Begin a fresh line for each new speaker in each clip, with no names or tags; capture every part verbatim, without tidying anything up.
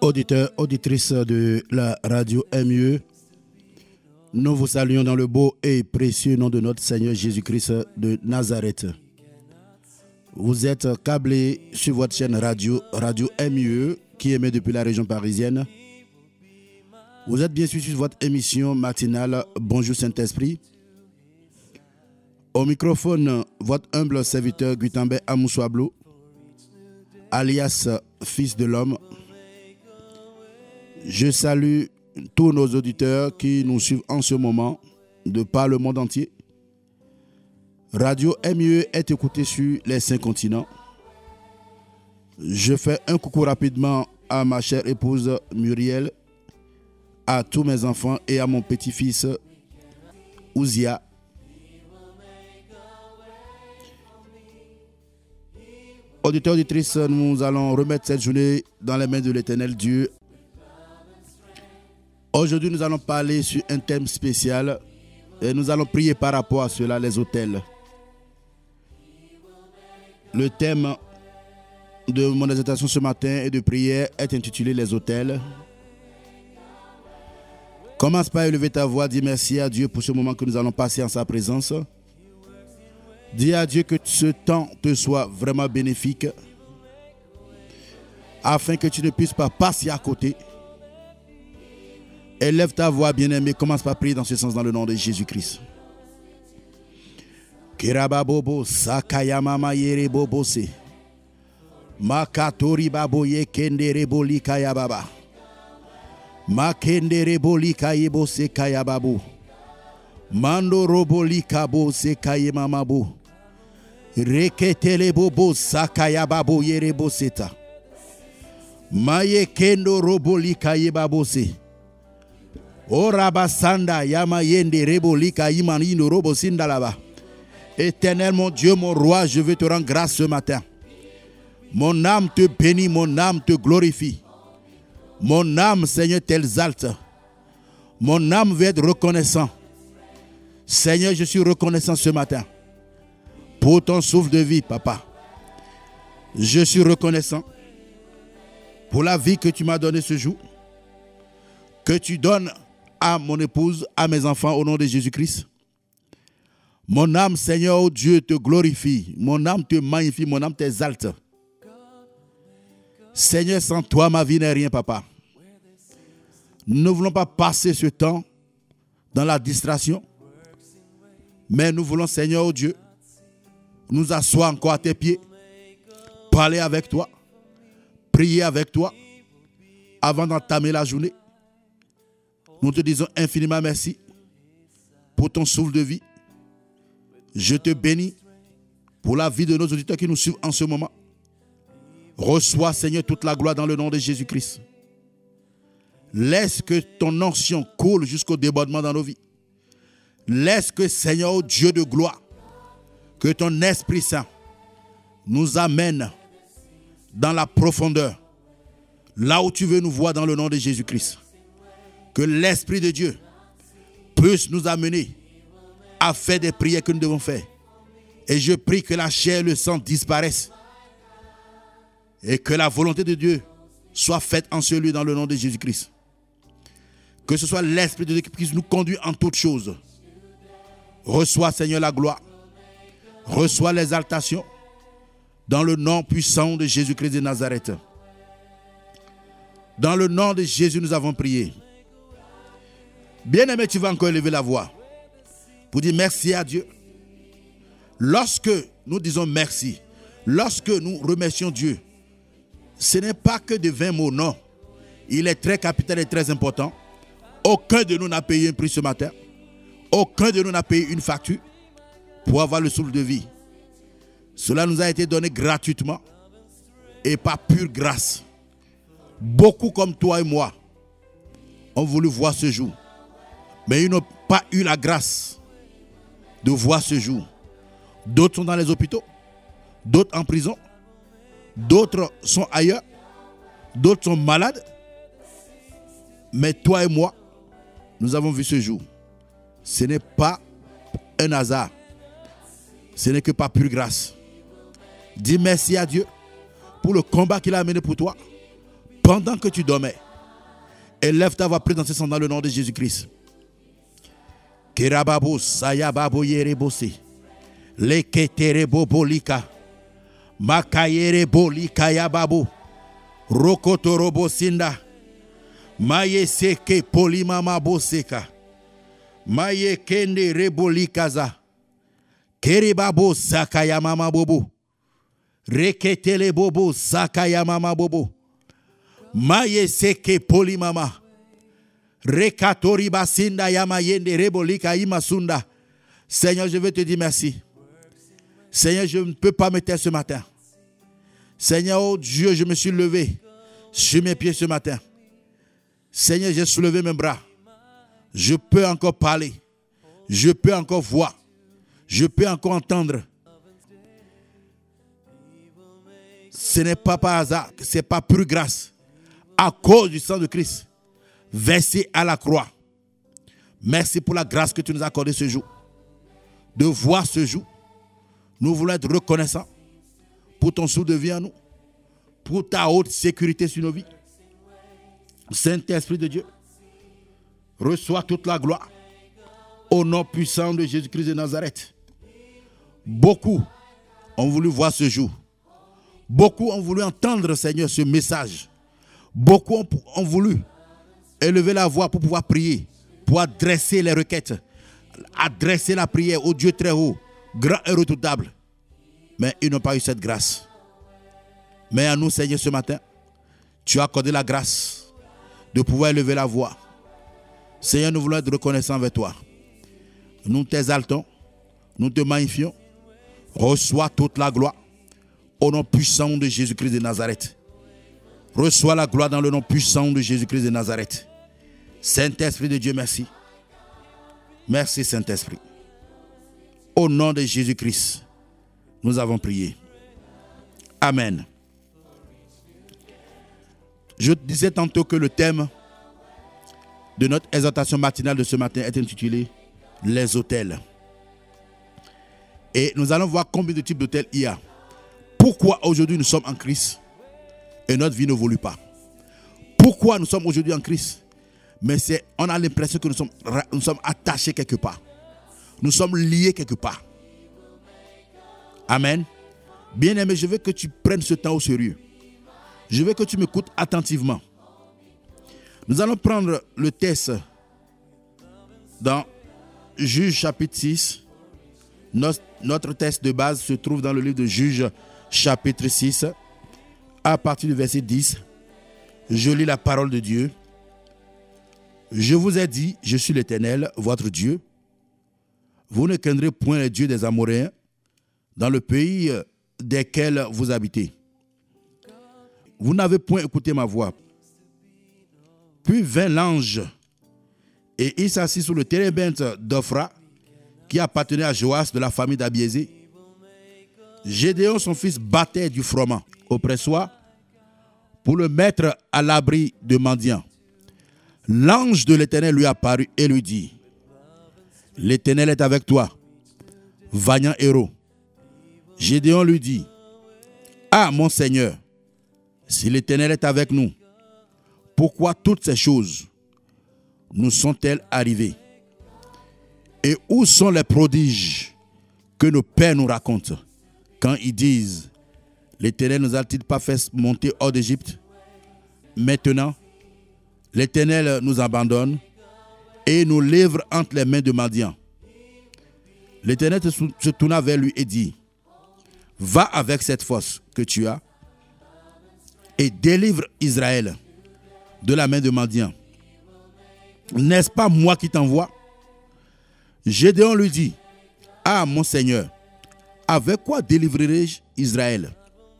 Auditeurs, auditrices de la radio M U E, nous vous saluons dans le beau et précieux nom de notre Seigneur Jésus-Christ de Nazareth. Vous êtes câblés sur votre chaîne radio, radio M U E, qui émet depuis la région parisienne. Vous êtes bien sûr sur votre émission matinale Bonjour Saint-Esprit. Au microphone, votre humble serviteur Guitambe Amousouablou, alias Fils de l'Homme. Je salue tous nos auditeurs qui nous suivent en ce moment de par le monde entier. Radio M U E est écoutée sur les cinq continents. Je fais un coucou rapidement à ma chère épouse Muriel, à tous mes enfants et à mon petit-fils Ouzia. Auditeurs, auditrices, nous allons remettre cette journée dans les mains de l'Éternel Dieu. Aujourd'hui, nous allons parler sur un thème spécial et nous allons prier par rapport à cela, les autels. Le thème de mon exhortation ce matin et de prière est intitulé les autels. Commence par élever ta voix, dis merci à Dieu pour ce moment que nous allons passer en sa présence. Dis à Dieu que ce temps te soit vraiment bénéfique afin que tu ne puisses pas passer à côté. Élève ta voix, bien-aimé. Commence par prier dans ce sens dans le nom de Jésus-Christ. Kirababobo sakayamama yerebobose. Makatori baboye kendereboli kayababa. Makendereboli kayebose kayababu. Mando roboli kabo se kayemamabu. Reketele bobo sakayababo yereboseta. Maye kendo roboli kayebabose. Orabasanda yamayende rebolika imanino robosindalaba. Éternel mon Dieu, mon roi, je veux te rendre grâce ce matin. Mon âme te bénit, mon âme te glorifie. Mon âme, Seigneur, t'exalte. Mon âme veut être reconnaissant. Seigneur, je suis reconnaissant ce matin pour ton souffle de vie, papa. Je suis reconnaissant pour la vie que tu m'as donnée ce jour, que tu donnes à mon épouse, à mes enfants, au nom de Jésus-Christ. Mon âme, Seigneur, oh Dieu, te glorifie. Mon âme te magnifie, mon âme t'exalte. Seigneur, sans toi, ma vie n'est rien, papa. Nous ne voulons pas passer ce temps dans la distraction, mais nous voulons, Seigneur, oh Dieu, nous asseoir encore à tes pieds, parler avec toi, prier avec toi, avant d'entamer la journée. Nous te disons infiniment merci pour ton souffle de vie. Je te bénis pour la vie de nos auditeurs qui nous suivent en ce moment. Reçois, Seigneur, toute la gloire dans le nom de Jésus-Christ. Laisse que ton onction coule jusqu'au débordement dans nos vies. Laisse que, Seigneur, oh Dieu de gloire, que ton Esprit Saint nous amène dans la profondeur, là où tu veux nous voir dans le nom de Jésus-Christ. Que l'Esprit de Dieu puisse nous amener à faire des prières que nous devons faire. Et je prie que la chair et le sang disparaissent et que la volonté de Dieu soit faite en ce lieu dans le nom de Jésus-Christ. Que ce soit l'Esprit de Dieu qui puisse nous conduire en toutes choses. Reçois, Seigneur, la gloire. Reçois l'exaltation dans le nom puissant de Jésus-Christ de Nazareth. Dans le nom de Jésus, nous avons prié. Bien-aimé, tu vas encore élever la voix pour dire merci à Dieu. Lorsque nous disons merci, lorsque nous remercions Dieu, ce n'est pas que de vingt mots, non. Il est très capital et très important. Aucun de nous n'a payé un prix ce matin. Aucun de nous n'a payé une facture pour avoir le souffle de vie. Cela nous a été donné gratuitement et par pure grâce. Beaucoup comme toi et moi ont voulu voir ce jour, mais ils n'ont pas eu la grâce de voir ce jour. D'autres sont dans les hôpitaux, d'autres en prison, d'autres sont ailleurs, d'autres sont malades. Mais toi et moi, nous avons vu ce jour. Ce n'est pas un hasard. Ce n'est que par pure grâce. Dis merci à Dieu pour le combat qu'il a mené pour toi, pendant que tu dormais, élève ta voix, prie dans ce sang dans le nom de Jésus-Christ. Kerababo sayababo yerebose. Leketere bobolika. Makayere bolika yababo. Rokotorobo sinda. Maye seke polimama boseka. Maye kende rebolikaza. Keribabo sakayamama bobo. Reketele bobo sakayamama bobo. Maye seke polimama. Rekatori basinda yamayende rebolika imasunda. Seigneur, je veux te dire merci. Seigneur, je ne peux pas me taire ce matin. Seigneur, oh Dieu, je me suis levé sur mes pieds ce matin. Seigneur, j'ai soulevé mes bras. Je peux encore parler. Je peux encore voir. Je peux encore entendre. Ce n'est pas par hasard, ce n'est pas pure grâce. À cause du sang de Christ, versé à la croix. Merci pour la grâce que tu nous as accordée ce jour. De voir ce jour. Nous voulons être reconnaissants pour ton souffle de vie en nous. Pour ta haute sécurité sur nos vies. Saint-Esprit de Dieu, reçois toute la gloire. Au nom puissant de Jésus-Christ de Nazareth. Beaucoup ont voulu voir ce jour. Beaucoup ont voulu entendre, Seigneur, ce message. Beaucoup ont, ont voulu élever la voix pour pouvoir prier, pour adresser les requêtes, adresser la prière au Dieu très haut, grand et redoutable. Mais ils n'ont pas eu cette grâce. Mais à nous, Seigneur, ce matin, tu as accordé la grâce de pouvoir élever la voix. Seigneur, nous voulons être reconnaissants avec toi. Nous t'exaltons, nous te magnifions. Reçois toute la gloire au nom puissant de Jésus-Christ de Nazareth. Reçois la gloire dans le nom puissant de Jésus-Christ de Nazareth. Saint-Esprit de Dieu, merci. Merci Saint-Esprit. Au nom de Jésus-Christ, nous avons prié. Amen. Je disais tantôt que le thème de notre exhortation matinale de ce matin est intitulé « Les autels ». Et nous allons voir combien de types d'autels il y a. Pourquoi aujourd'hui nous sommes en Christ et notre vie n'évolue pas. Pourquoi nous sommes aujourd'hui en Christ, mais c'est, on a l'impression que nous sommes, nous sommes attachés quelque part. Nous sommes liés quelque part. Amen. Bien-aimé, je veux que tu prennes ce temps au sérieux. Je veux que tu m'écoutes attentivement. Nous allons prendre le texte dans Juges chapitre six. Notre, notre texte de base se trouve dans le livre de Juges chapitre six. À partir du verset dix, je lis la parole de Dieu. Je vous ai dit, je suis l'Éternel, votre Dieu. Vous ne craindrez point les dieux des Amoréens dans le pays desquels vous habitez. Vous n'avez point écouté ma voix. Puis vint l'ange et il s'assit sur le térébinthe d'Ophra qui appartenait à Joas de la famille d'Abiézé. Gédéon, son fils, battait du froment auprès de soi pour le mettre à l'abri de mendiants. L'ange de l'Éternel lui apparut et lui dit, « L'Éternel est avec toi, vaillant héros. » Gédéon lui dit, « Ah, mon Seigneur, si l'Éternel est avec nous, pourquoi toutes ces choses nous sont-elles arrivées? Et où sont les prodiges que nos pères nous racontent quand ils disent, l'Éternel nous a-t-il pas fait monter hors d'Égypte? Maintenant, l'Éternel nous abandonne et nous livre entre les mains de mendiants. L'Éternel se tourna vers lui et dit, va avec cette force que tu as et délivre Israël de la main de mendiants. N'est-ce pas moi qui t'envoie? Gédéon lui dit, ah mon Seigneur, avec quoi délivrerai-je Israël?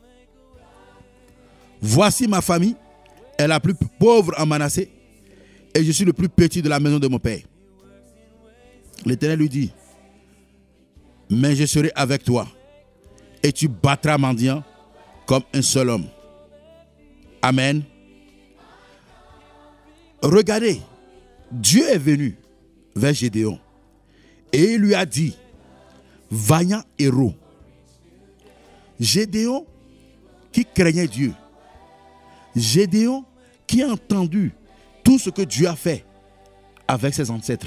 Voici ma famille est la plus pauvre en Manassé et je suis le plus petit de la maison de mon père. L'Éternel lui dit, mais je serai avec toi et tu battras mendiant comme un seul homme. Amen. Regardez, Dieu est venu vers Gédéon et il lui a dit, vaillant héros. Gédéon qui craignait Dieu. Gédéon qui a entendu tout ce que Dieu a fait avec ses ancêtres.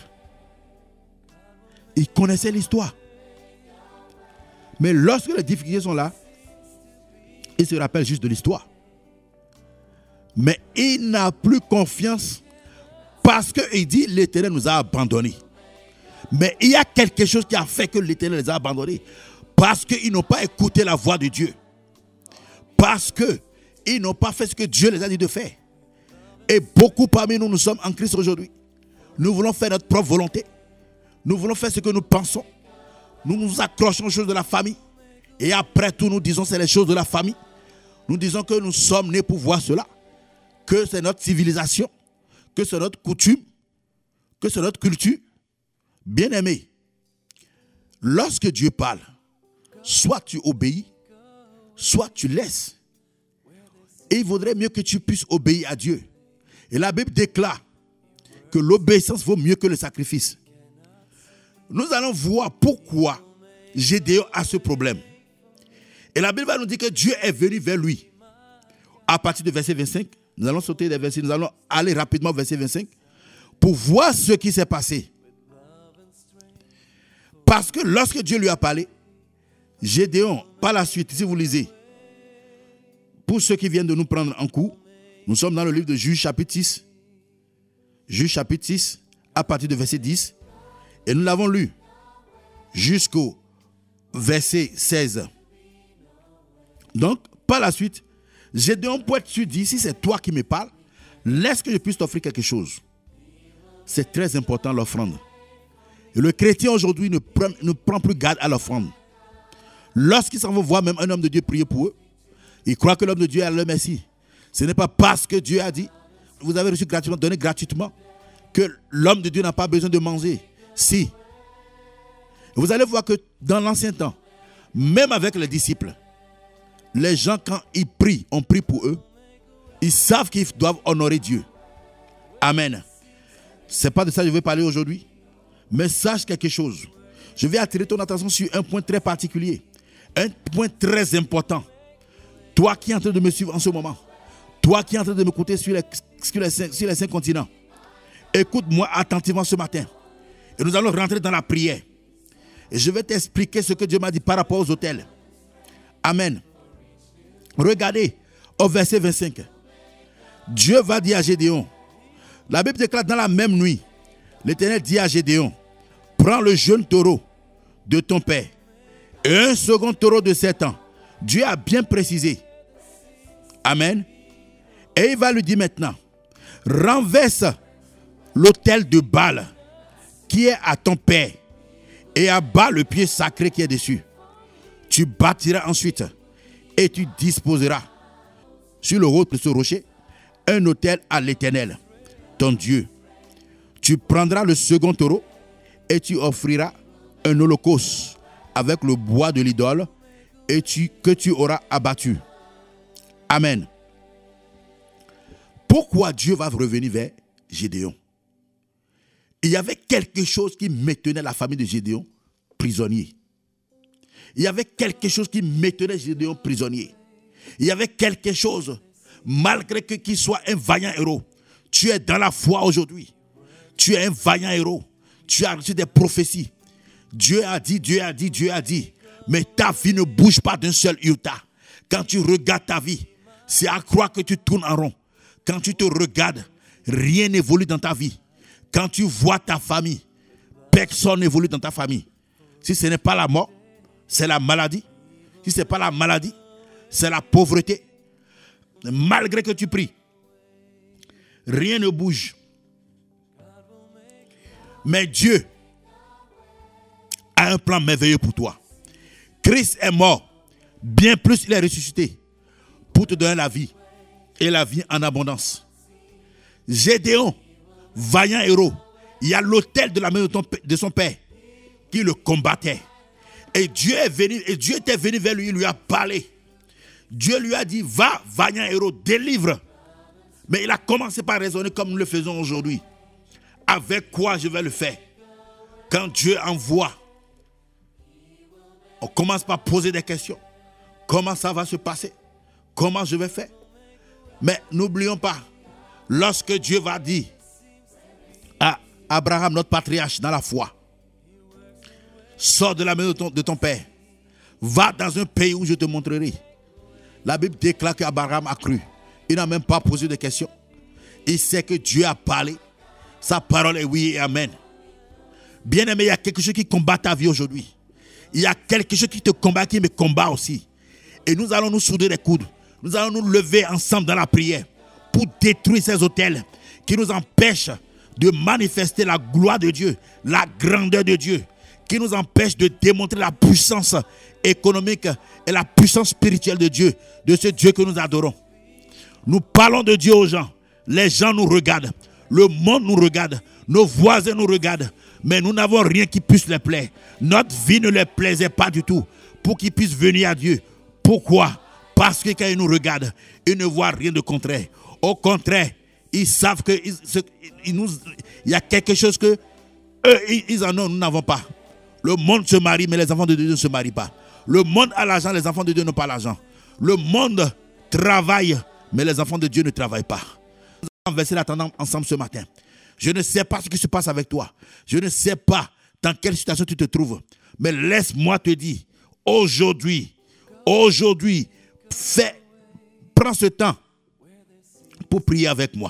Il connaissait l'histoire. Mais lorsque les difficultés sont là, il se rappelle juste de l'histoire. Mais il n'a plus confiance parce qu'il dit l'Éternel nous a abandonnés. Mais il y a quelque chose qui a fait que l'Éternel les a abandonnés. Parce qu'ils n'ont pas écouté la voix de Dieu. Parce qu'ils n'ont pas fait ce que Dieu les a dit de faire. Et beaucoup parmi nous, nous sommes en Christ aujourd'hui. Nous voulons faire notre propre volonté. Nous voulons faire ce que nous pensons. Nous nous accrochons aux choses de la famille. Et après tout, nous disons que c'est les choses de la famille. Nous disons que nous sommes nés pour voir cela. Que c'est notre civilisation. Que c'est notre coutume. Que c'est notre culture. Bien-aimé, lorsque Dieu parle, soit tu obéis, soit tu laisses. Et il vaudrait mieux que tu puisses obéir à Dieu. Et la Bible déclare que l'obéissance vaut mieux que le sacrifice. Nous allons voir pourquoi Gédéon a ce problème. Et la Bible va nous dire que Dieu est venu vers lui. À partir du verset vingt-cinq, nous allons sauter des versets, nous allons aller rapidement au verset vingt-cinq pour voir ce qui s'est passé. Parce que lorsque Dieu lui a parlé, Gédéon, par la suite, si vous lisez, pour ceux qui viennent de nous prendre en cours, nous sommes dans le livre de Juges chapitre six. Juges chapitre six, à partir du verset dix. Et nous l'avons lu jusqu'au verset seize. Donc, par la suite, Gédéon pour être sûr dit, si c'est toi qui me parles, laisse que je puisse t'offrir quelque chose. C'est très important l'offrande. Et le chrétien aujourd'hui ne prend, ne prend plus garde à l'offrande. Lorsqu'ils s'en vont voir même un homme de Dieu prier pour eux, ils croient que l'homme de Dieu a le Messie. Ce n'est pas parce que Dieu a dit, vous avez reçu gratuitement, donné gratuitement, que l'homme de Dieu n'a pas besoin de manger. Si. Vous allez voir que dans l'ancien temps, même avec les disciples, les gens quand ils prient, on prie pour eux, ils savent qu'ils doivent honorer Dieu. Amen. Ce n'est pas de ça que je vais parler aujourd'hui. Mais sache quelque chose. Je vais attirer ton attention sur un point très particulier. Un point très important. Toi qui es en train de me suivre en ce moment. Toi qui es en train de m'écouter sur les, sur les, cinq, sur les cinq continents. Écoute-moi attentivement ce matin. Et nous allons rentrer dans la prière. Et je vais t'expliquer ce que Dieu m'a dit par rapport aux autels. Amen. Regardez au verset vingt-cinq. Dieu va dire à Gédéon. La Bible déclare dans la même nuit. L'Éternel dit à Gédéon, prends le jeune taureau de ton père et un second taureau de sept ans. Dieu a bien précisé. Amen. Et il va lui dire maintenant, renverse l'autel de Baal qui est à ton père et abat le pied sacré qui est dessus. Tu bâtiras ensuite et tu disposeras sur le haut de ce rocher un autel à l'Éternel, ton Dieu. Tu prendras le second taureau et tu offriras un holocauste avec le bois de l'idole et tu, que tu auras abattu. Amen. Pourquoi Dieu va revenir vers Gédéon? Il y avait quelque chose qui maintenait la famille de Gédéon prisonnier. Il y avait quelque chose qui maintenait Gédéon prisonnier. Il y avait quelque chose, malgré que, qu'il soit un vaillant héros. Tu es dans la foi aujourd'hui. Tu es un vaillant héros. Tu as reçu des prophéties. Dieu a dit, Dieu a dit, Dieu a dit. Mais ta vie ne bouge pas d'un seul iota. Quand tu regardes ta vie, c'est à croire que tu tournes en rond. Quand tu te regardes, rien n'évolue dans ta vie. Quand tu vois ta famille, personne n'évolue dans ta famille. Si ce n'est pas la mort, c'est la maladie. Si ce n'est pas la maladie, c'est la pauvreté. Malgré que tu pries, rien ne bouge. Mais Dieu a un plan merveilleux pour toi. Christ est mort. Bien plus, il est ressuscité pour te donner la vie. Et la vie en abondance. Gédéon, vaillant héros, il y a l'autel de la maison de, ton, de son père qui le combattait. Et Dieu est venu, et Dieu était venu vers lui, il lui a parlé. Dieu lui a dit, va, vaillant héros, délivre. Mais il a commencé par raisonner comme nous le faisons aujourd'hui. Avec quoi je vais le faire? Quand Dieu envoie, on commence par poser des questions. Comment ça va se passer? Comment je vais faire? Mais n'oublions pas, Lorsque Dieu va dire à Abraham, notre patriarche dans la foi, sors de la maison de ton, de ton père, va dans un pays où je te montrerai. La Bible déclare qu'Abraham a cru. Il n'a même pas posé de questions. Il sait que Dieu a parlé. Sa parole est oui et amen. Bien-aimé, il y a quelque chose qui combat ta vie aujourd'hui. Il y a quelque chose qui te combat, qui me combat aussi. Et nous allons nous souder les coudes. Nous allons nous lever ensemble dans la prière pour détruire ces autels qui nous empêchent de manifester la gloire de Dieu, la grandeur de Dieu, qui nous empêchent de démontrer la puissance économique et la puissance spirituelle de Dieu, de ce Dieu que nous adorons. Nous parlons de Dieu aux gens. Les gens nous regardent. Le monde nous regarde. Nos voisins nous regardent. Mais nous n'avons rien qui puisse les plaire. Notre vie ne les plaisait pas du tout pour qu'ils puissent venir à Dieu. Pourquoi? Parce que quand ils nous regardent, ils ne voient rien de contraire. Au contraire, ils savent qu'il y a quelque chose que eux, ils en ont, nous n'avons pas. Le monde se marie, mais les enfants de Dieu ne se marient pas. Le monde a l'argent, les enfants de Dieu n'ont pas l'argent. Le monde travaille, mais les enfants de Dieu ne travaillent pas. Nous allons verser la tendance ensemble ce matin. Je ne sais pas ce qui se passe avec toi. Je ne sais pas dans quelle situation tu te trouves. Mais laisse-moi te dire, aujourd'hui, aujourd'hui, fais, prends ce temps pour prier avec moi.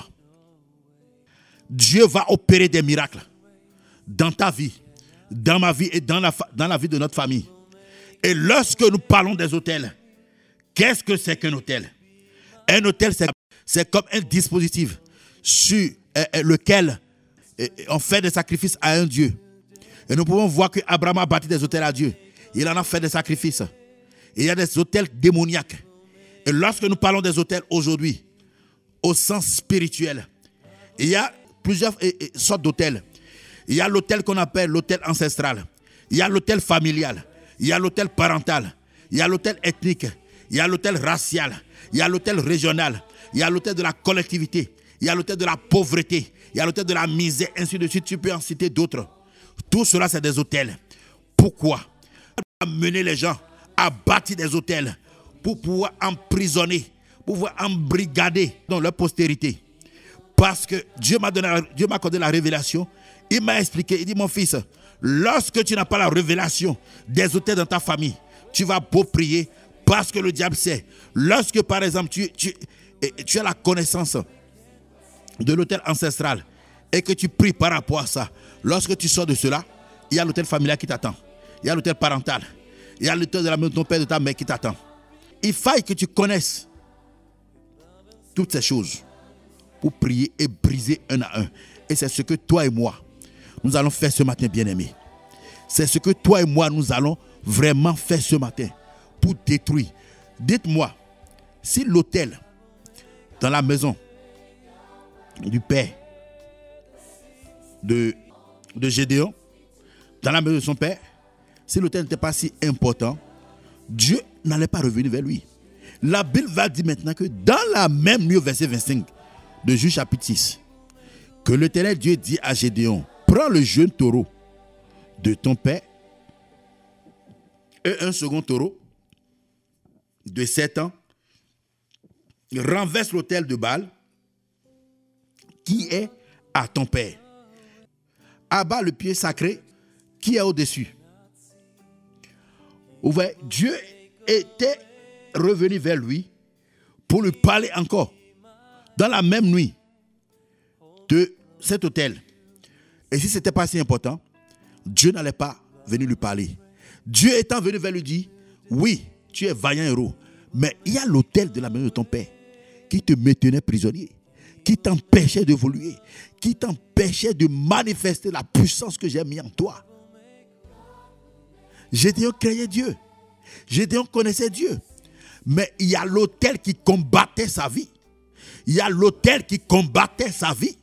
Dieu va opérer des miracles dans ta vie, dans ma vie et dans la, dans la vie de notre famille. Et lorsque nous parlons des autels, qu'est-ce que c'est qu'un autel? Un autel, c'est, c'est comme un dispositif sur euh, lequel euh, on fait des sacrifices à un Dieu. Et nous pouvons voir qu'Abraham a bâti des autels à Dieu. Il en a fait des sacrifices. Et il y a des autels démoniaques. Et lorsque nous parlons des autels aujourd'hui, au sens spirituel, il y a plusieurs sortes d'autels. Il y a l'autel qu'on appelle l'autel ancestral. Il y a l'autel familial. Il y a l'autel parental. Il y a l'autel ethnique. Il y a l'autel racial. Il y a l'autel régional. Il y a l'autel de la collectivité. Il y a l'autel de la pauvreté. Il y a l'autel de la misère, ainsi de suite. Tu peux en citer d'autres. Tout cela, c'est des autels. Pourquoi? Amener les gens à bâtir des autels pour pouvoir emprisonner, pour pouvoir embrigader dans leur postérité. Parce que Dieu m'a donné, Dieu m'a accordé la révélation. Il m'a expliqué, il dit, mon fils, lorsque tu n'as pas la révélation des autels dans ta famille, tu vas beau prier parce que le diable sait. Lorsque, par exemple, tu, tu, tu as la connaissance de l'autel ancestral et que tu pries par rapport à ça, lorsque tu sors de cela, il y a l'autel familial qui t'attend. Il y a l'autel parental. Il y a l'autel de la maison de ton père et de ta mère qui t'attend. Il faille que tu connaisses toutes ces choses pour prier et briser un à un. Et c'est ce que toi et moi, nous allons faire ce matin, bien-aimés. C'est ce que toi et moi, nous allons vraiment faire ce matin pour détruire. Dites-moi, si l'autel dans la maison du père de, de Gédéon, dans la maison de son père, si l'autel n'était pas si important, Dieu n'allait pas revenir vers lui. La Bible va dire maintenant que dans la même nuit, au verset vingt-cinq de Juge chapitre six, que l'Éternel Dieu dit à Gédéon, prends le jeune taureau de ton père et un second taureau de sept ans, renverse l'autel de Baal qui est à ton père. Abat le pied sacré qui est au-dessus. Vous voyez, Dieu était revenu vers lui pour lui parler encore dans la même nuit de cet autel. Et si ce n'était pas si important, Dieu n'allait pas venir lui parler. Dieu étant venu vers lui dire, oui, tu es vaillant héros, mais il y a l'autel de la maison de ton père qui te maintenait prisonnier, qui t'empêchait d'évoluer, qui t'empêchait de manifester la puissance que j'ai mis en toi. Gédéon craignait Dieu. Gédéon connaissait Dieu. Mais il y a l'autel qui combattait sa vie. Il y a l'autel qui combattait sa vie.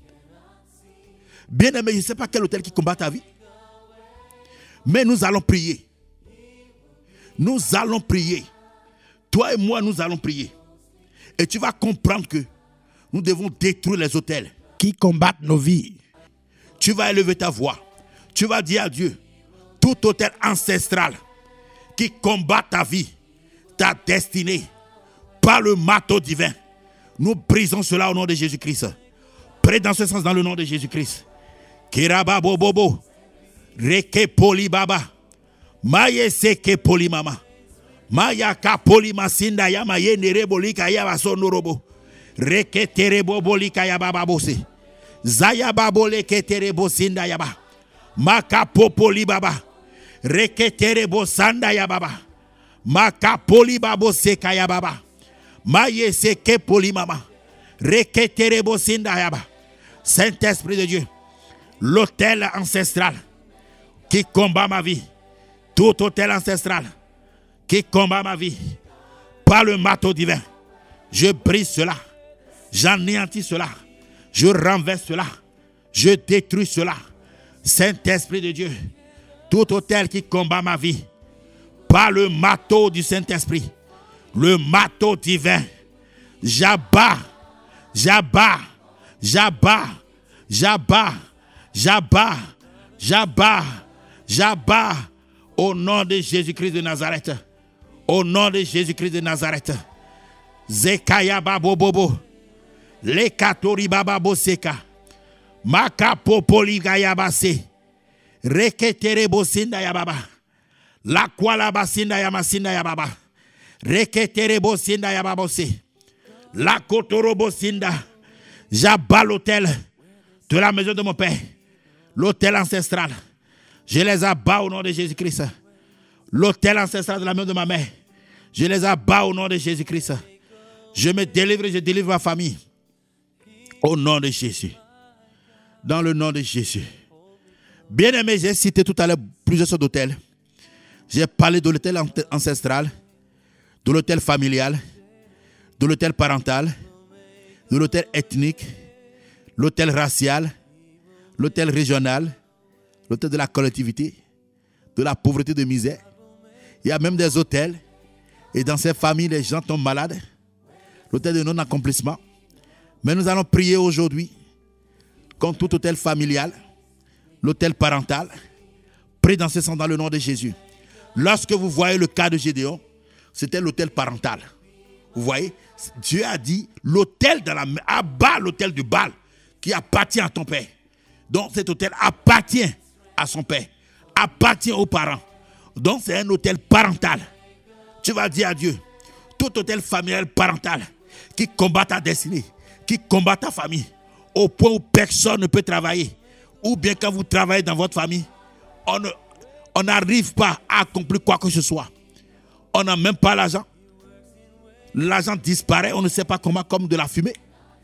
Bien aimé, je ne sais pas quel autel qui combat ta vie. Mais nous allons prier. Nous allons prier. Toi et moi, nous allons prier. Et tu vas comprendre que nous devons détruire les autels qui combattent nos vies. Tu vas élever ta voix. Tu vas dire à Dieu, tout autel ancestral qui combat ta vie, ta destinée, par le marteau divin, Nous brisons cela au nom de Jésus-Christ. Prie dans ce sens dans le nom de Jésus-Christ. Kiraba bobobo. Reke poli baba. Maye seke poli mama. Maya ka poli masinda ya maye nerebolika ya basonorobo. Reke terebo bolika ya baba bose. Zaya babole ke terebo sinda ya ba. Maka popoli baba. Reke terebo sanda ya baba. Maka poli babo seka ya baba. Maye seke poli mama. Reke terebo sinda ya ba. Saint-Esprit de Dieu, l'autel ancestral qui combat ma vie, tout autel ancestral qui combat ma vie, par le marteau divin, je brise cela, j'anéantis cela, je renverse cela, je détruis cela. Saint-Esprit de Dieu, tout autel qui combat ma vie, par le marteau du Saint-Esprit, le marteau divin, j'abats, j'abats, j'abats, j'abats, j'abats, j'abats, j'abats, au nom de Jésus-Christ de Nazareth, au nom de Jésus-Christ de Nazareth. Zekaya babo bobo, lekatori baba boseka, makapo poligaya base, reketere bosinda ya baba, la kwala basinda ya masinda ya baba, reketere bosinda ya babose, la kotoro bosinda. J'abats l'autel de la maison de mon père, l'autel ancestral. Je les abats au nom de Jésus-Christ. L'autel ancestral de la maison de ma mère, je les abats au nom de Jésus-Christ. Je me délivre, je délivre ma famille. Au nom de Jésus. Dans le nom de Jésus. Bien-aimé, j'ai cité tout à l'heure plusieurs sortes d'autels. J'ai parlé de l'autel ancestral, de l'autel familial, de l'autel parental, de l'autel ethnique, l'autel racial, l'autel régional, l'autel de la collectivité, de la pauvreté, de misère. Il y a même des hôtels, et dans ces familles, les gens tombent malades. L'autel de non-accomplissement. Mais nous allons prier aujourd'hui contre tout hôtel familial, l'hôtel parental. Prie dans ce sens dans le nom de Jésus. Lorsque vous voyez le cas de Gédéon, c'était l'hôtel parental. Vous voyez, Dieu a dit l'autel de la abat l'autel du Baal qui appartient à ton père. Donc cet autel appartient à son père, appartient aux parents. Donc c'est un autel parental. Tu vas dire à Dieu, tout autel familial parental qui combat ta destinée, qui combat ta famille, au point où personne ne peut travailler, ou bien quand vous travaillez dans votre famille, on ne, on n'arrive pas à accomplir quoi que ce soit. On n'a même pas l'argent. L'argent disparaît, on ne sait pas comment, comme de la fumée.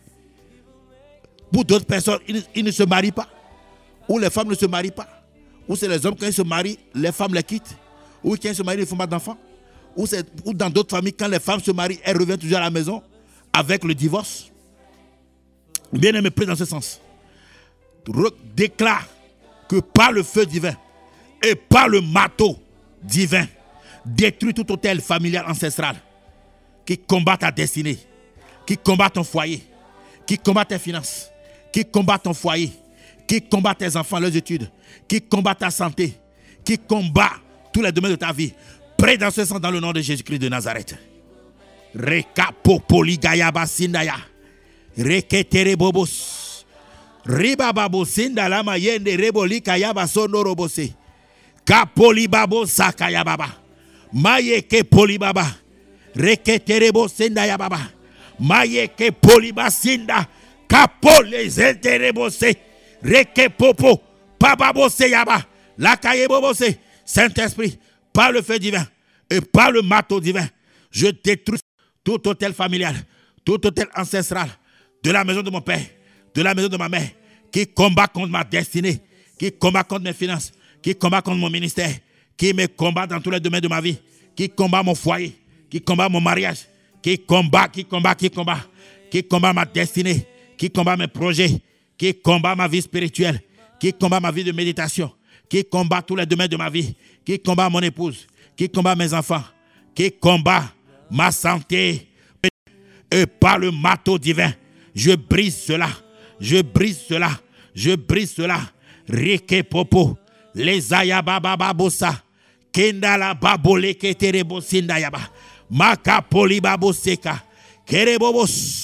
Pour d'autres personnes, ils, ils ne se marient pas. Ou les femmes ne se marient pas. Ou c'est les hommes, quand ils se marient, les femmes les quittent. Ou quand ils se marient, ils ne font pas d'enfants. Ou, ou dans d'autres familles, quand les femmes se marient, elles reviennent toujours à la maison avec le divorce. Bien aimé, prie dans ce sens. Déclare que par le feu divin et par le marteau divin, détruis tout autel familial ancestral qui combat ta destinée, qui combat ton foyer, qui combat tes finances, qui combat ton foyer, qui combat tes enfants, leurs études, qui combat ta santé, qui combat tous les domaines de ta vie. Prie dans ce sens dans le nom de Jésus-Christ de Nazareth. Reka popoli gaya basindaya. Reketere bobos. Riba babo sinda lama yende reboli kaya basono robose. Kapoli babo sakaya baba. Maye ke poli baba. Reketerebo senda ya baba. Maye ke poliba sinda. Kapole zenterebo se. Reke popo. Pababo se yaba. La kaye bobo se. Saint-Esprit, par le feu divin et par le marteau divin, je détruis tout hôtel familial, tout hôtel ancestral de la maison de mon père, de la maison de ma mère, qui combat contre ma destinée, qui combat contre mes finances, qui combat contre mon ministère, qui me combat dans tous les domaines de ma vie, qui combat mon foyer, qui combat mon mariage, qui combat, qui combat, qui combat, qui combat ma destinée, qui combat mes projets, qui combat ma vie spirituelle, qui combat ma vie de méditation, qui combat tous les domaines de ma vie, qui combat mon épouse, qui combat mes enfants, qui combat ma santé. Et par le marteau divin, je brise cela, je brise cela, je brise cela. Rike popo, les ayabababosa, kendala babole keterebo sindayaba, makapoli baboseka, kerebobos,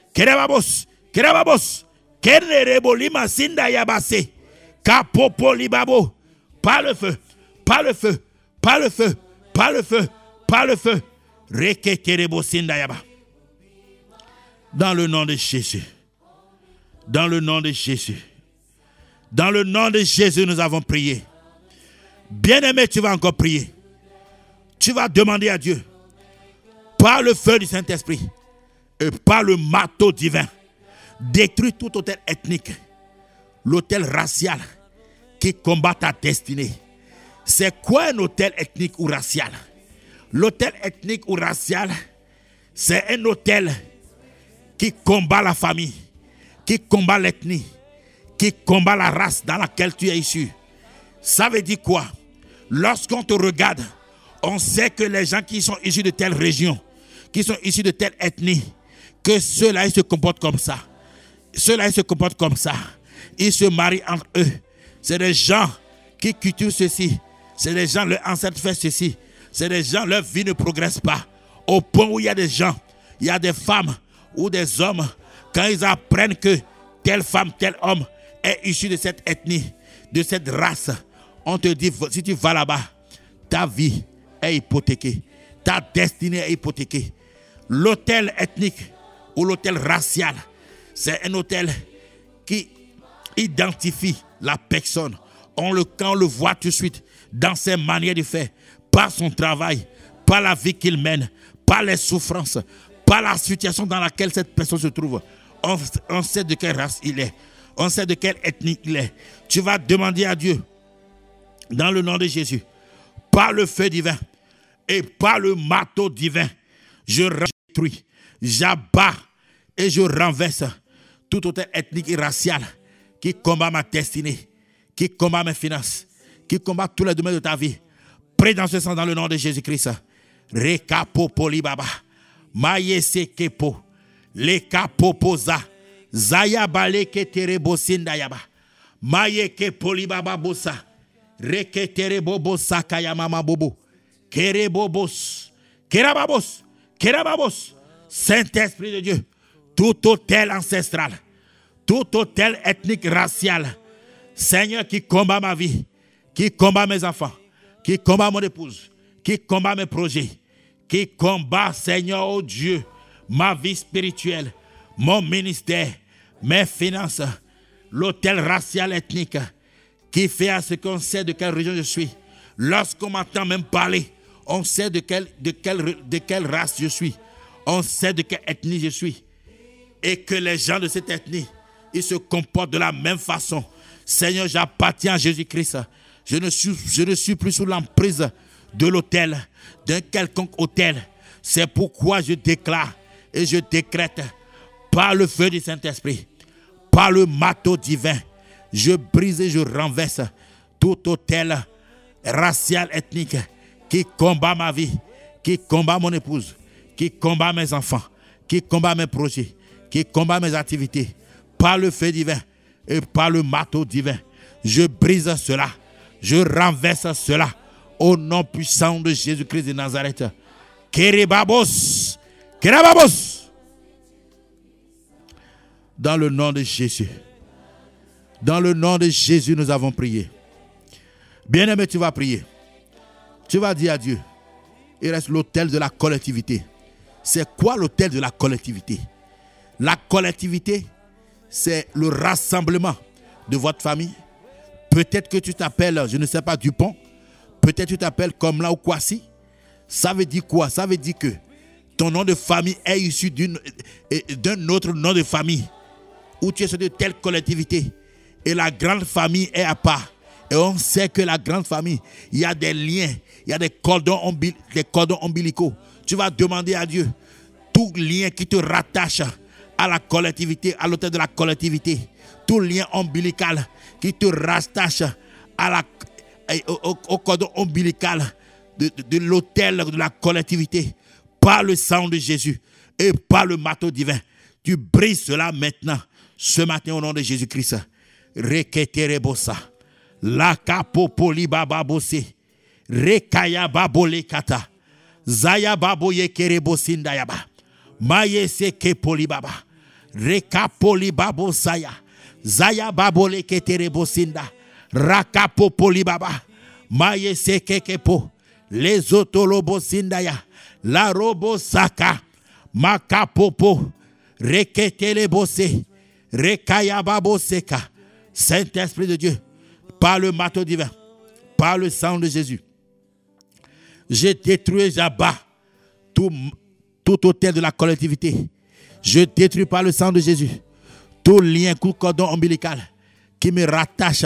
Kerebabos, Kerebabos, Kenerebo lima sinda yabase, Kapopo libabo, par le feu, par le feu, par le feu, par le feu, par le feu, Reketerebo sinda yaba. Dans le nom de Jésus, dans le nom de Jésus, dans le nom de Jésus, nous avons prié. Bien-aimé, tu vas encore prier. Tu vas demander à Dieu, par le feu du Saint-Esprit et par le marteau divin, détruis tout hôtel ethnique, l'hôtel racial qui combat ta destinée. C'est quoi un hôtel ethnique ou racial? L'hôtel ethnique ou racial, c'est un hôtel qui combat la famille, qui combat l'ethnie, qui combat la race dans laquelle tu es issu. Ça veut dire quoi? Lorsqu'on te regarde, on sait que les gens qui sont issus de telle région, qui sont issus de telle ethnie, que ceux-là, ils se comportent comme ça. Ceux-là, ils se comportent comme ça. Ils se marient entre eux. C'est des gens qui cultivent ceci. C'est des gens, leurs ancêtres font ceci. C'est des gens, leur vie ne progresse pas. Au point où il y a des gens, il y a des femmes ou des hommes, quand ils apprennent que telle femme, tel homme est issu de cette ethnie, de cette race, on te dit, si tu vas là-bas, ta vie est hypothéquée. Ta destinée est hypothéquée. L'hôtel ethnique ou l'hôtel racial, c'est un hôtel qui identifie la personne. On le, quand on le voit tout de suite dans ses manières de faire, par son travail, par la vie qu'il mène, par les souffrances, par la situation dans laquelle cette personne se trouve. On, on sait de quelle race il est. On sait de quelle ethnie il est. Tu vas demander à Dieu, dans le nom de Jésus, par le feu divin et par le marteau divin, je détruis, j'abats et je renverse tout hôtel ethnique et racial qui combat ma destinée, qui combat mes finances, qui combat tous les domaines de ta vie. Prie dans ce sens dans le nom de Jésus-Christ. Rekapo polibaba, mayese kepo, lekapo poza, zaya baleke terebo sindayaba, mayeke polibaba bosa, reketerebo bosa kayamama bobo, kerebobos, kerababos, kerababos. Saint-Esprit de Dieu, tout hôtel ancestral, tout hôtel ethnique racial, Seigneur, qui combat ma vie, qui combat mes enfants, qui combat mon épouse, qui combat mes projets, qui combat, Seigneur, oh Dieu, ma vie spirituelle, mon ministère, mes finances, l'hôtel racial ethnique, qui fait à ce qu'on sait de quelle région je suis. Lorsqu'on m'entend même parler, on sait de quelle, de quelle, de quelle race je suis. On sait de quelle ethnie je suis. Et que les gens de cette ethnie, ils se comportent de la même façon. Seigneur, j'appartiens à Jésus-Christ. Je ne suis, je ne suis plus sous l'emprise de l'autel, d'un quelconque autel. C'est pourquoi je déclare et je décrète par le feu du Saint-Esprit, par le marteau divin, je brise et je renverse tout autel racial, ethnique qui combat ma vie, qui combat mon épouse, qui combat mes enfants, qui combat mes projets, qui combat mes activités. Par le feu divin et par le marteau divin, je brise cela, je renverse cela au nom puissant de Jésus-Christ de Nazareth. Kerebabos, Kerebabos. Dans le nom de Jésus. Dans le nom de Jésus, nous avons prié. Bien-aimé, tu vas prier. Tu vas dire à Dieu, il reste l'autel de la collectivité. C'est quoi l'autel de la collectivité? La collectivité, c'est le rassemblement de votre famille. Peut-être que tu t'appelles, je ne sais pas, Dupont. Peut-être que tu t'appelles comme là ou Kwasi. Ça veut dire quoi? Ça veut dire que ton nom de famille est issu d'une, d'un autre nom de famille. Ou tu es sur de telle collectivité. Et la grande famille est à part. Et on sait que la grande famille, il y a des liens, il y a des cordons, ombil- des cordons ombilicaux. Tu vas demander à Dieu tout lien qui te rattache à la collectivité, à l'autel de la collectivité. Tout lien ombilical qui te rattache à la, au, au, au cordon ombilical de, de, de l'autel de la collectivité. Par le sang de Jésus et par le marteau divin. Tu brises cela maintenant, ce matin au nom de Jésus-Christ. Reketerebosa. La kapopoli baba bose. Rekaya babole kata. Zaya babo yekerebo sindayaba. Maye seke poli baba. Rekapoli babo saya. Zaya babole keterebo sinda. Rakapo poli baba. Maye sekekepo. Les otolobo sindaya. La robo saka. Makapopo. Reketele bose. Rekaya babo seka. Saint-Esprit de Dieu. Par le marteau divin. Par le sang de Jésus. Je détruis, j'abats tout, tout hôtel de la collectivité. Je détruis par le sang de Jésus tout lien, tout cordon ombilical qui me rattache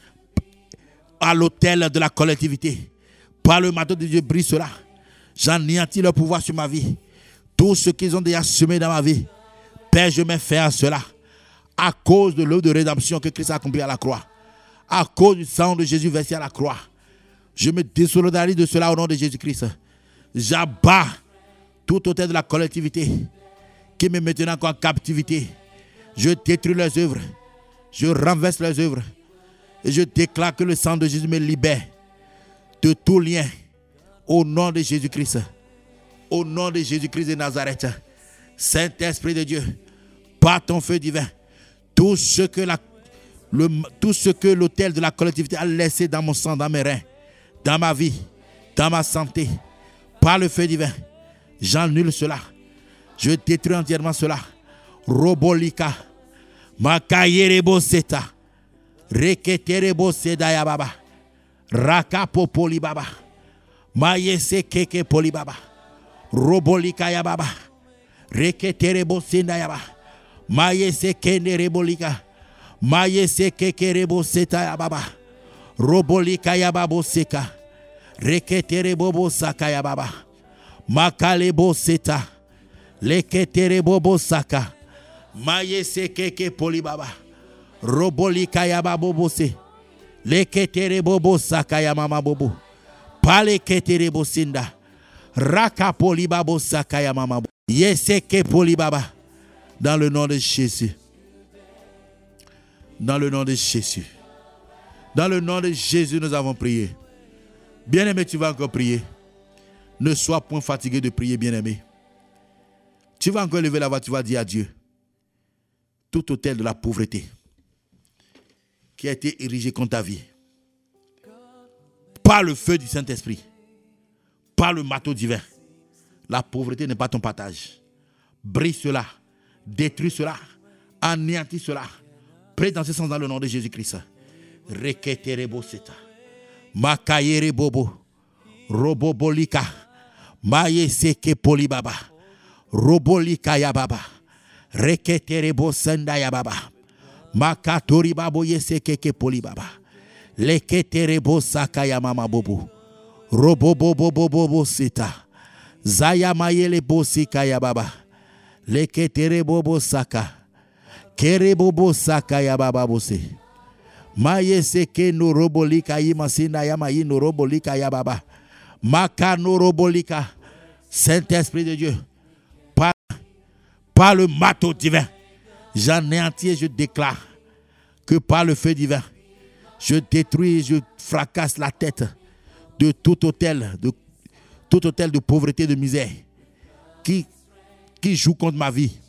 à l'hôtel de la collectivité. Par le marteau de Dieu, brise cela. J'anéantis leur pouvoir sur ma vie. Tout ce qu'ils ont déjà semé dans ma vie, Père, je mets fin à cela. À cause de l'œuvre de rédemption que Christ a accompli à la croix. À cause du sang de Jésus versé à la croix. Je me désolidarise de cela au nom de Jésus-Christ. J'abats tout hôtel de la collectivité qui me maintenant en captivité. Je détruis leurs œuvres. Je renverse leurs œuvres. Et je déclare que le sang de Jésus me libère de tout lien au nom de Jésus-Christ. Au nom de Jésus-Christ de Nazareth. Saint-Esprit de Dieu, par ton feu divin, tout ce que la, le, tout ce que l'autel de la collectivité a laissé dans mon sang, dans mes reins, dans ma vie, dans ma santé, par le feu divin, j'annule cela. Je détruis entièrement cela. Robolika, Makayerebo Seta, Reketerebo Sedaya Baba, Rakapo Polibaba, Mayese Keke Polibaba, Robolika Yababa, Reketerebo Sendayaba, Mayese Kene Rebolika, Mayese Keke Rebo Seta Yababa, Robolika Yababo Seka, Reketerebo Saka Yababa, Makalebo Seta, Leketerebo Saka, Mayese Keke Polibaba, Robolika Yababo Se, Leketerebo Saka Yamama Bobo, Pale Keterebo Sinda, Raka Polibabo Saka Yamama Bobo, Yeseke Polibaba, dans le nom de Jésus. Dans le nom de Jésus. Dans le nom de Jésus, nous avons prié. Bien-aimé, tu vas encore prier. Ne sois point fatigué de prier, bien-aimé. Tu vas encore lever la voix, tu vas dire à Dieu. Tout hôtel de la pauvreté qui a été érigé contre ta vie, par le feu du Saint-Esprit, par le marteau divin, la pauvreté n'est pas ton partage. Brise cela, détruis cela, anéantis cela. Prie dans ce sens dans le nom de Jésus-Christ. Reketerebo seta, makayere bobo, robobolika, mayeseke polibaba, robolika yababa, reketerebo senda yababa, makatori babo yeseke polibaba, leketerebo sakaya mama bobo, robobobobobo seta, zaya mayele bosika yababa, leketerebo saka, kerebo saka yababa bose. Mayeseke no robolika yimasina yamayi no robolika yababa. Maka no robolika. Saint-Esprit de Dieu, par, par le marteau divin, j'anéantis et je déclare que par le feu divin, je détruis et je fracasse la tête de tout hôtel, de tout hôtel de pauvreté, de misère qui, qui joue contre ma vie.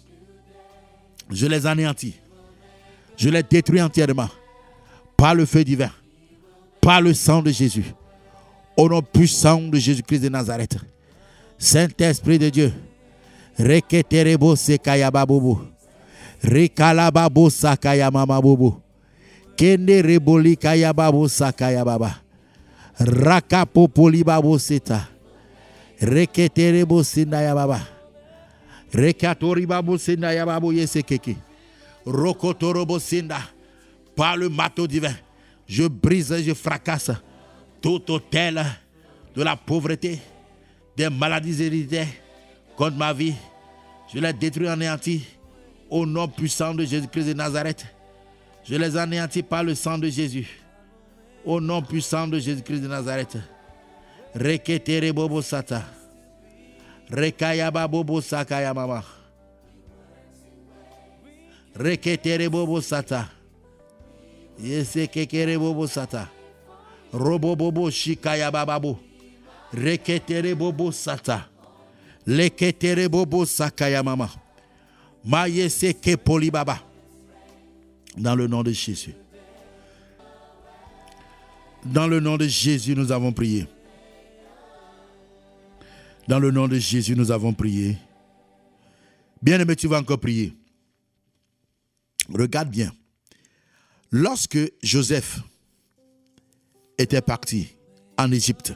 Je les anéantis. Je les détruis entièrement. Par le feu divin, par le sang de Jésus, au nom puissant de Jésus-Christ de Nazareth. Saint-Esprit de Dieu, Reketerebo Sekaya Babobo, Rekalababo Sakaya Mama Bobo, Kende Reboli Kaya Babo Sakaya Baba, Rakapopoli Babo Seta, Reketerebo Sindaya Baba, Rekatori Babo Sindaya Babo Yesekeke, Rokotorobo Sinda. Par le marteau divin, je brise et je fracasse tout hôtel de la pauvreté, des maladies héréditaires contre ma vie. Je les détruis anéantis au nom puissant de Jésus-Christ de Nazareth. Je les anéantis par le sang de Jésus. Au nom puissant de Jésus-Christ de Nazareth. Reketere bobo sata. Rekayaba bobo sakaya mama. Reketere bobo sata. Yese kekere bobo sata. Robo bobo shikaya bababo. Reketere bobo sata. Leketere bobo sakaya mama. Mayeseke polibaba. Dans le nom de Jésus. Dans le nom de Jésus, nous avons prié. Dans le nom de Jésus, nous avons prié. Bien-aimé, tu vas encore prier. Regarde bien. Lorsque Joseph était parti en Égypte,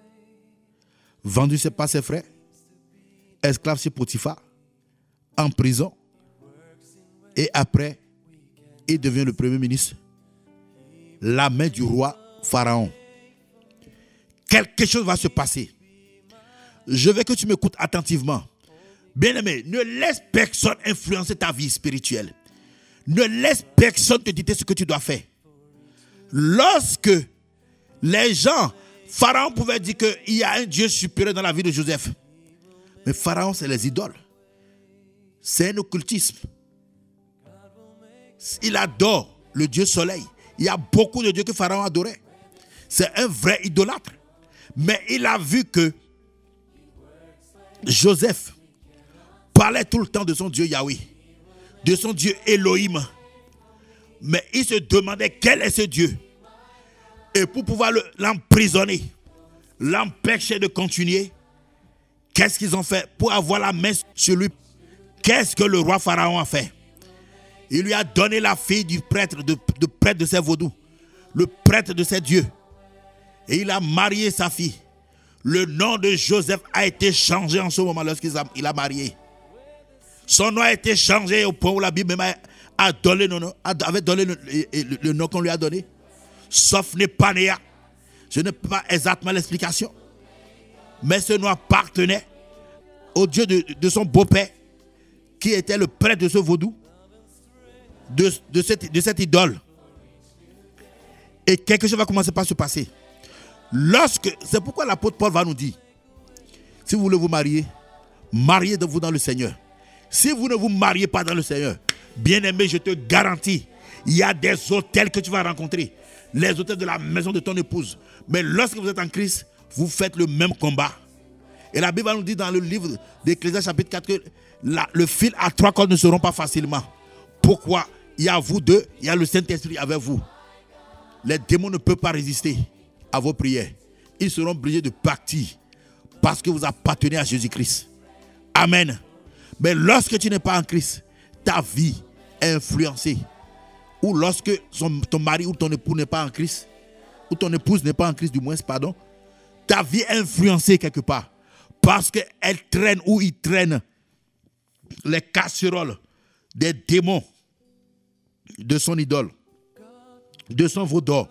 vendu par ses frères, esclave chez Potiphar, en prison, et après, il devient le premier ministre, la main du roi Pharaon. Quelque chose va se passer. Je veux que tu m'écoutes attentivement. Bien-aimé, ne laisse personne influencer ta vie spirituelle. Ne laisse personne te dicter ce que tu dois faire. Lorsque les gens, Pharaon pouvait dire qu'il y a un Dieu supérieur dans la vie de Joseph. Mais Pharaon, c'est les idoles. C'est un occultisme. Il adore le Dieu soleil. Il y a beaucoup de dieux que Pharaon adorait. C'est un vrai idolâtre. Mais il a vu que Joseph parlait tout le temps de son Dieu Yahweh, de son Dieu Elohim. Mais il se demandait quel est ce Dieu. Et pour pouvoir le, l'emprisonner, l'empêcher de continuer, qu'est-ce qu'ils ont fait pour avoir la main sur lui? Qu'est-ce que le roi Pharaon a fait? Il lui a donné la fille du prêtre, de, de prêtre de ses vaudous, le prêtre de ses dieux. Et il a marié sa fille. Le nom de Joseph a été changé en ce moment lorsqu'il a, il a marié. Son nom a été changé au point où la Bible même a donné le nom, avait donné le, le, le nom qu'on lui a donné. Sauf Nepanéa. Je n'ai pas exactement l'explication. Mais ce nom appartenait au Dieu de, de son beau-père, qui était le prêtre de ce vaudou, de, de, cette, de cette idole. Et quelque chose va commencer par se passer. Lorsque, c'est pourquoi l'apôtre Paul va nous dire, si vous voulez vous marier, mariez-vous dans le Seigneur. Si vous ne vous mariez pas dans le Seigneur, bien-aimé, je te garantis, il y a des hôtels que tu vas rencontrer, les hôtels de la maison de ton épouse. Mais lorsque vous êtes en Christ, vous faites le même combat. Et la Bible nous dit dans le livre d'Ecclésiaste chapitre quatre que la, le fil à trois cordes ne seront pas facilement. Pourquoi? Il y a vous deux, il y a le Saint-Esprit avec vous. Les démons ne peuvent pas résister à vos prières. Ils seront obligés de partir parce que vous appartenez à Jésus-Christ. Amen. Mais lorsque tu n'es pas en Christ, ta vie est influencée. Ou lorsque son, ton mari ou ton époux n'est pas en Christ, ou ton épouse n'est pas en Christ du moins, pardon, ta vie est influencée quelque part. Parce qu'elle traîne ou il traîne les casseroles des démons de son idole, de son veau d'or.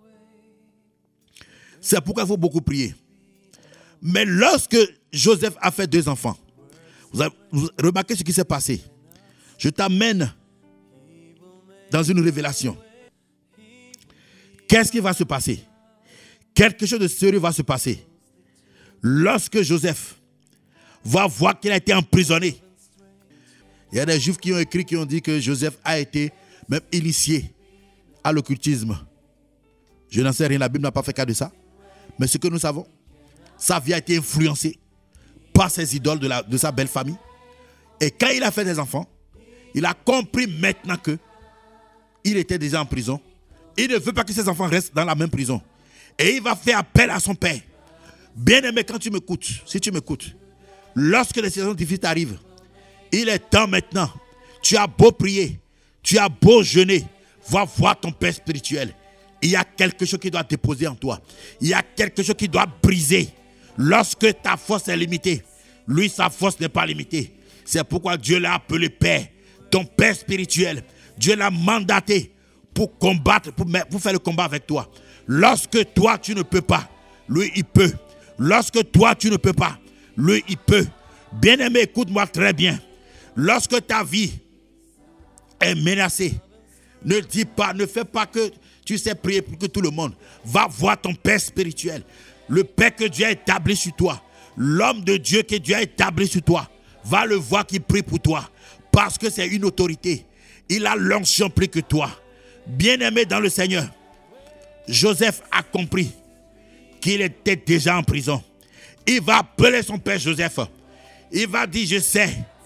C'est pourquoi il faut beaucoup prier. Mais lorsque Joseph a fait deux enfants, vous avez remarqué ce qui s'est passé. Je t'amène dans une révélation. Qu'est-ce qui va se passer? Quelque chose de sérieux va se passer. Lorsque Joseph va voir qu'il a été emprisonné. Il y a des juifs qui ont écrit, qui ont dit que Joseph a été même initié à l'occultisme. Je n'en sais rien, la Bible n'a pas fait cas de ça. Mais ce que nous savons, sa vie a été influencée par ses idoles de, la, de sa belle famille. Et quand il a fait des enfants, il a compris maintenant que il était déjà en prison. Il ne veut pas que ses enfants restent dans la même prison. Et il va faire appel à son père. Bien-aimé, quand tu m'écoutes, si tu m'écoutes, lorsque les situations difficiles arrivent, il est temps maintenant. Tu as beau prier, tu as beau jeûner, va voir ton père spirituel. Il y a quelque chose qui doit déposer en toi. Il y a quelque chose qui doit briser. Lorsque ta force est limitée, lui, sa force n'est pas limitée. C'est pourquoi Dieu l'a appelé Père, ton Père spirituel. Dieu l'a mandaté pour combattre, pour, pour faire le combat avec toi. Lorsque toi, tu ne peux pas, lui, il peut. Lorsque toi, tu ne peux pas, lui, il peut. Bien-aimé, écoute-moi très bien. Lorsque ta vie est menacée, ne dis pas, ne fais pas que tu sais prier pour que tout le monde. Va voir ton Père spirituel. Le Père que Dieu a établi sur toi. L'homme de Dieu que Dieu a établi sur toi. Va le voir qui prie pour toi. Parce que c'est une autorité. Il a l'onction plus que toi. Bien-aimé dans le Seigneur, Joseph a compris qu'il était déjà en prison. Il va appeler son père Joseph. Il va dire, je sais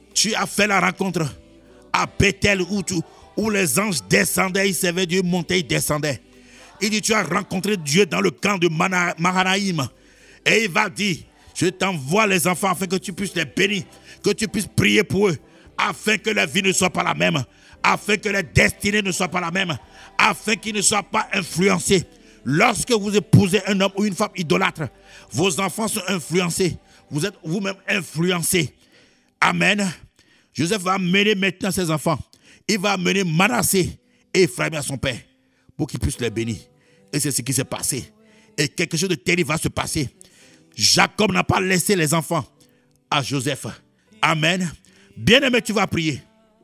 tu as fait la rencontre à Bethel où, tu, où les anges descendaient, ils servaient Dieu, montaient, ils descendaient. Il dit, tu as rencontré Dieu dans le camp de Mahanaïm. Et il va dire, je t'envoie les enfants afin que tu puisses les bénir, que tu puisses prier pour eux, afin que la vie ne soit pas la même, afin que la destinée ne soit pas la même, afin qu'ils ne soient pas influencés. Lorsque vous épousez un homme ou une femme idolâtre, vos enfants sont influencés. Vous êtes vous-même influencés. Amen. Joseph va amener maintenant ses enfants. Il va amener Manassé et Ephraim à son père pour qu'il puisse les bénir. Et c'est ce qui s'est passé. Et quelque chose de terrible va se passer. Jacob n'a pas laissé les enfants à Joseph. Amen. Bien-aimé, tu vas prier.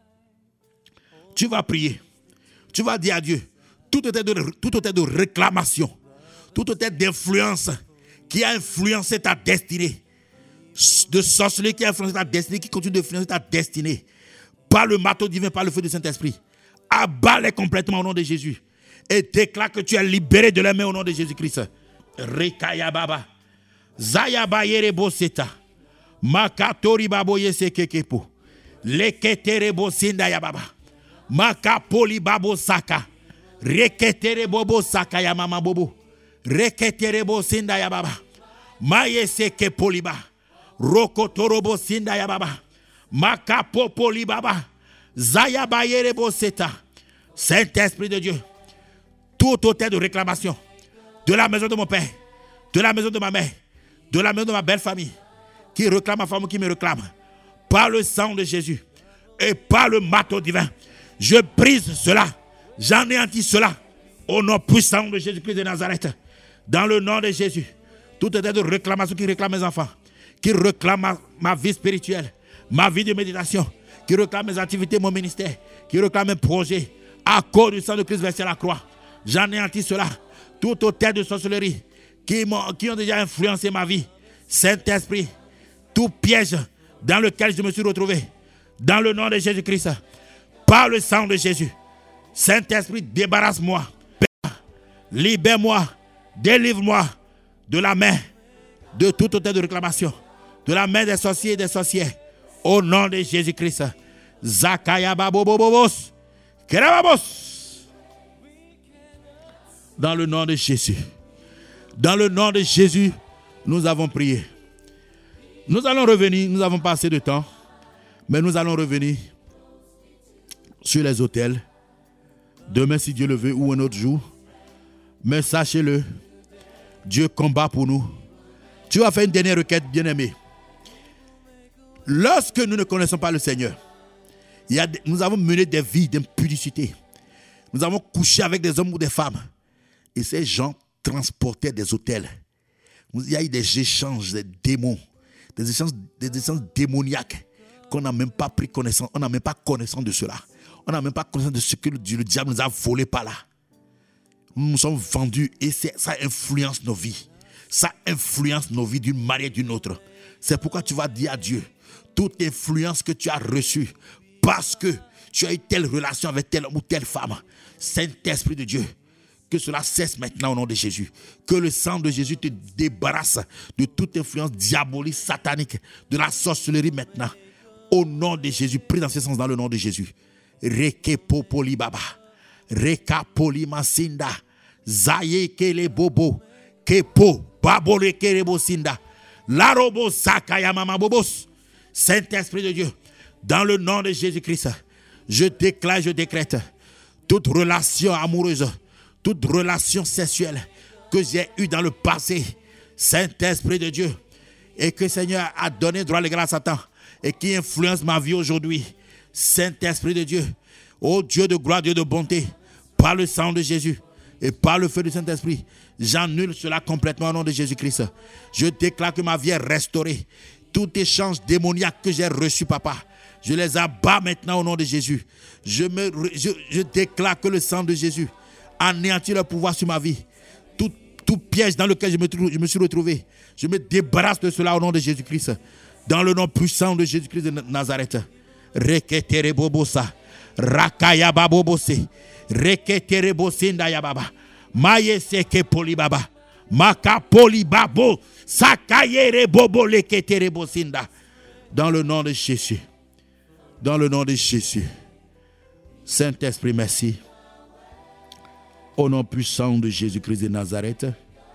Tu vas prier. Tu vas dire à Dieu, tout était de, tout était de réclamation, tout était d'influence qui a influencé ta destinée, de sorcellerie qui a influencé ta destinée, qui continue d'influencer ta destinée, par le marteau divin, par le feu du Saint-Esprit. Abat-les complètement au nom de Jésus et déclare que tu es libéré de la main au nom de Jésus-Christ. Rekaya baba, Zayaba yerebo seta, Makatori babo yesekekepo, Leketerebo sinda yababa, Makapoli babo saka, Reketerebo saka ya mama bobo, Reketerebo sinda yababa, Mayeseke poliba, Rokotorobo sinda yababa, Makapopoli baba, Zayaba yerebo seta. Saint-Esprit de Dieu, tout autel de réclamation de la maison de mon père, de la maison de ma mère, de la maison de ma belle famille, qui réclame ma femme, qui me réclame, par le sang de Jésus et par le marteau divin, je brise cela, j'anéantis cela, au nom puissant de Jésus-Christ de Nazareth, dans le nom de Jésus. Tout autel de réclamation qui réclame mes enfants, qui réclame ma, ma vie spirituelle, ma vie de méditation, qui réclame mes activités, mon ministère, qui réclame mes projets, à cause du sang de Christ versé à la croix. J'anéantis cela. Tout autel de sorcellerie qui, qui ont déjà influencé ma vie. Saint-Esprit, tout piège dans lequel je me suis retrouvé, dans le nom de Jésus-Christ, par le sang de Jésus. Saint-Esprit, débarrasse-moi, libère-moi, délivre-moi de la main de tout autel de réclamation, de la main des sorciers et des sorcières, au nom de Jésus-Christ. Zakaya babobobos. Dans le nom de Jésus. Dans le nom de Jésus, nous avons prié. Nous allons revenir, nous avons passé de temps, mais nous allons revenir sur les autels. Demain, si Dieu le veut, ou un autre jour. Mais sachez-le, Dieu combat pour nous. Tu vas faire une dernière requête, bien-aimé. Lorsque nous ne connaissons pas le Seigneur, il y a, nous avons mené des vies d'impudicité. Nous avons couché avec des hommes ou des femmes. Et ces gens transportaient des autels. Il y a eu des échanges, des démons, des échanges, des échanges démoniaques qu'on n'a même pas pris connaissance. On n'a même pas connaissance de cela. On n'a même pas connaissance de ce que le, le diable nous a volé par là. Nous nous sommes vendus et ça influence nos vies. Ça influence nos vies d'une manière ou d'une autre. C'est pourquoi tu vas dire à Dieu, toute influence que tu as reçue, parce que tu as eu telle relation avec telle homme ou telle femme, Saint-Esprit de Dieu, que cela cesse maintenant au nom de Jésus. Que le sang de Jésus te débarrasse de toute influence diabolique, satanique, de la sorcellerie maintenant. Au nom de Jésus, prie dans ce sens dans le nom de Jésus. Reke popoli baba, reka poli masinda, zaye kele bobo, kepo babole kele bosinda, larobo sakaya mama bobos. Saint-Esprit de Dieu, dans le nom de Jésus-Christ, je déclare, je décrète toute relation amoureuse, toute relation sexuelle que j'ai eue dans le passé, Saint-Esprit de Dieu, et que Seigneur a donné droit légal à Satan et qui influence ma vie aujourd'hui, Saint-Esprit de Dieu, ô Dieu de gloire, Dieu de bonté, par le sang de Jésus et par le feu du Saint-Esprit, j'annule cela complètement au nom de Jésus-Christ. Je déclare que ma vie est restaurée. Tout échange démoniaque que j'ai reçu, papa, je les abats maintenant au nom de Jésus. Je, me, je, je déclare que le sang de Jésus anéantit le pouvoir sur ma vie. Tout, tout piège dans lequel je me, je me suis retrouvé, je me débarrasse de cela au nom de Jésus-Christ. Dans le nom puissant de Jésus-Christ de Nazareth. Reketere bobosa, rakaya babobose, reketere bosinda ya baba, maye seke poli baba, maka poli babo, sakayere bobo leketere bosinda. Dans le nom de Jésus. Dans le nom de Jésus. Saint-Esprit, merci. Au nom puissant de Jésus-Christ de Nazareth.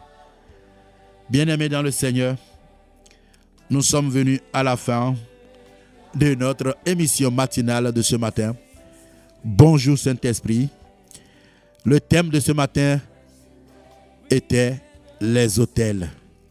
Bien-aimés dans le Seigneur, nous sommes venus à la fin de notre émission matinale de ce matin. Bonjour Saint-Esprit. Le thème de ce matin était les autels.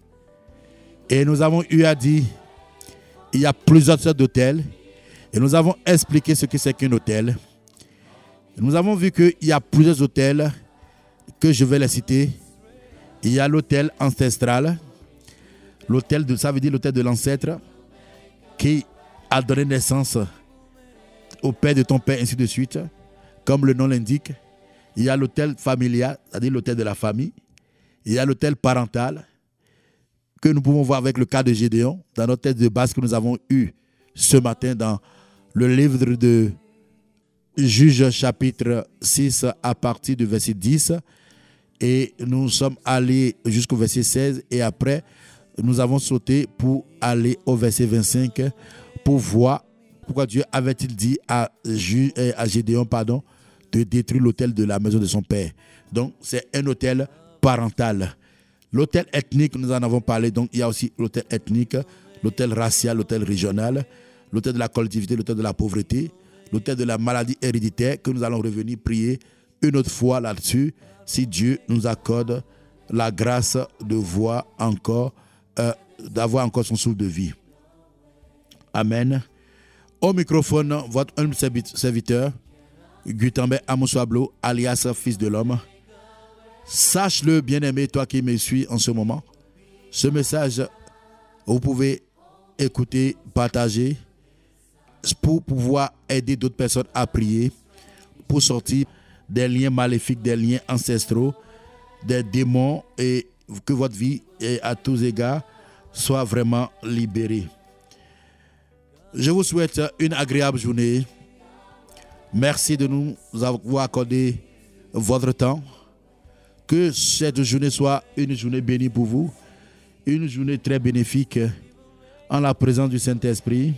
Et nous avons eu à dire, il y a plusieurs sortes d'autels. Et nous avons expliqué ce que c'est qu'un autel. Nous avons vu qu'il y a plusieurs autels que je vais les citer. Il y a l'autel ancestral. L'autel de, ça veut dire l'autel de l'ancêtre qui a donné naissance au père de ton père, ainsi de suite. Comme le nom l'indique. Il y a l'autel familial, c'est-à-dire l'autel de la famille. Il y a l'autel parental que nous pouvons voir avec le cas de Gédéon dans notre texte de base que nous avons eu ce matin dans le livre de Juges chapitre six à partir du verset dix. Et nous sommes allés jusqu'au verset seize et après nous avons sauté pour aller au verset vingt-cinq pour voir pourquoi Dieu avait-il dit à, à Gédéon pardon, de détruire l'autel de la maison de son père. Donc c'est un autel parental. L'autel ethnique, nous en avons parlé, donc il y a aussi l'autel ethnique, l'autel racial, l'autel régional, l'autel de la collectivité, l'autel de la pauvreté, l'autel de la maladie héréditaire, que nous allons revenir prier une autre fois là-dessus, si Dieu nous accorde la grâce de voir encore, euh, d'avoir encore son souffle de vie. Amen. Au microphone, votre humble serviteur, Gutenberg Amoswablo, alias Fils de l'Homme. Sache-le, bien-aimé, toi qui me suis en ce moment. Ce message, vous pouvez écouter, partager, pour pouvoir aider d'autres personnes à prier, pour sortir des liens maléfiques, des liens ancestraux, des démons, et que votre vie, à tous égards, soit vraiment libérée. Je vous souhaite une agréable journée. Merci de nous avoir accordé votre temps. Que cette journée soit une journée bénie pour vous, une journée très bénéfique en la présence du Saint-Esprit.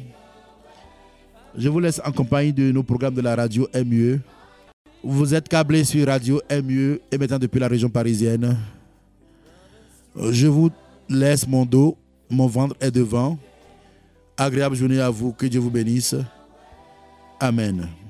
Je vous laisse en compagnie de nos programmes de la radio M U E. Vous êtes câblés sur radio M U E émettant depuis la région parisienne. Je vous laisse mon dos, mon ventre est devant. Agréable journée à vous, que Dieu vous bénisse. Amen.